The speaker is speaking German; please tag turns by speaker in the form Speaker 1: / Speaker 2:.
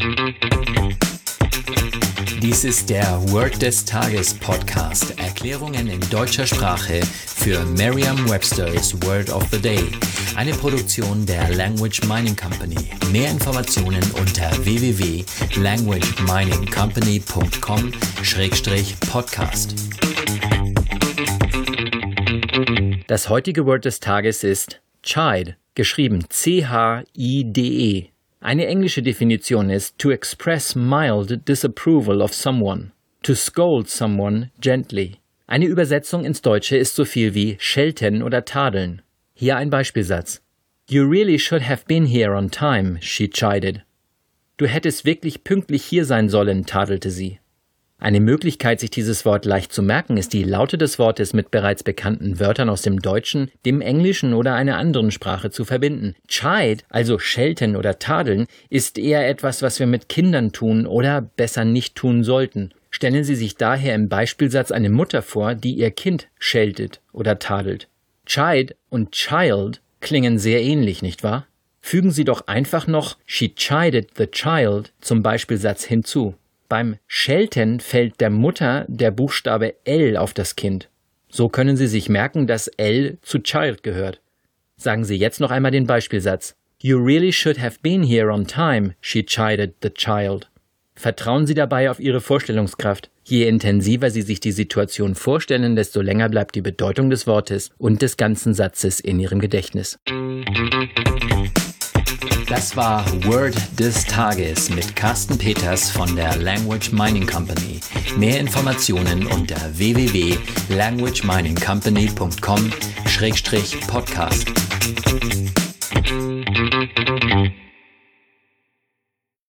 Speaker 1: Dies ist der Word des Tages Podcast. Erklärungen in deutscher Sprache für Merriam-Webster's Word of the Day. Eine Produktion der Language Mining Company. Mehr Informationen unter www.languageminingcompany.com/podcast. Das heutige Word des Tages ist chide, geschrieben C-H-I-D-E. Eine englische Definition ist to express mild disapproval of someone, to scold someone gently. Eine Übersetzung ins Deutsche ist so viel wie schelten oder tadeln. Hier ein Beispielsatz. You really should have been here on time, she chided. Du hättest wirklich pünktlich hier sein sollen, tadelte sie. Eine Möglichkeit, sich dieses Wort leicht zu merken, ist die Laute des Wortes mit bereits bekannten Wörtern aus dem Deutschen, dem Englischen oder einer anderen Sprache zu verbinden. Chide, also schelten oder tadeln, ist eher etwas, was wir mit Kindern tun oder besser nicht tun sollten. Stellen Sie sich daher im Beispielsatz eine Mutter vor, die ihr Kind scheltet oder tadelt. Chide und child klingen sehr ähnlich, nicht wahr? Fügen Sie doch einfach noch she chided the child zum Beispielsatz hinzu. Beim Schelten fällt der Mutter der Buchstabe L auf das Kind. So können Sie sich merken, dass L zu Child gehört. Sagen Sie jetzt noch einmal den Beispielsatz. You really should have been here on time, she chided the child. Vertrauen Sie dabei auf Ihre Vorstellungskraft. Je intensiver Sie sich die Situation vorstellen, desto länger bleibt die Bedeutung des Wortes und des ganzen Satzes in Ihrem Gedächtnis. Das war Word des Tages mit Carsten Peters von der Language Mining Company. Mehr Informationen unter www.languageminingcompany.com/podcast.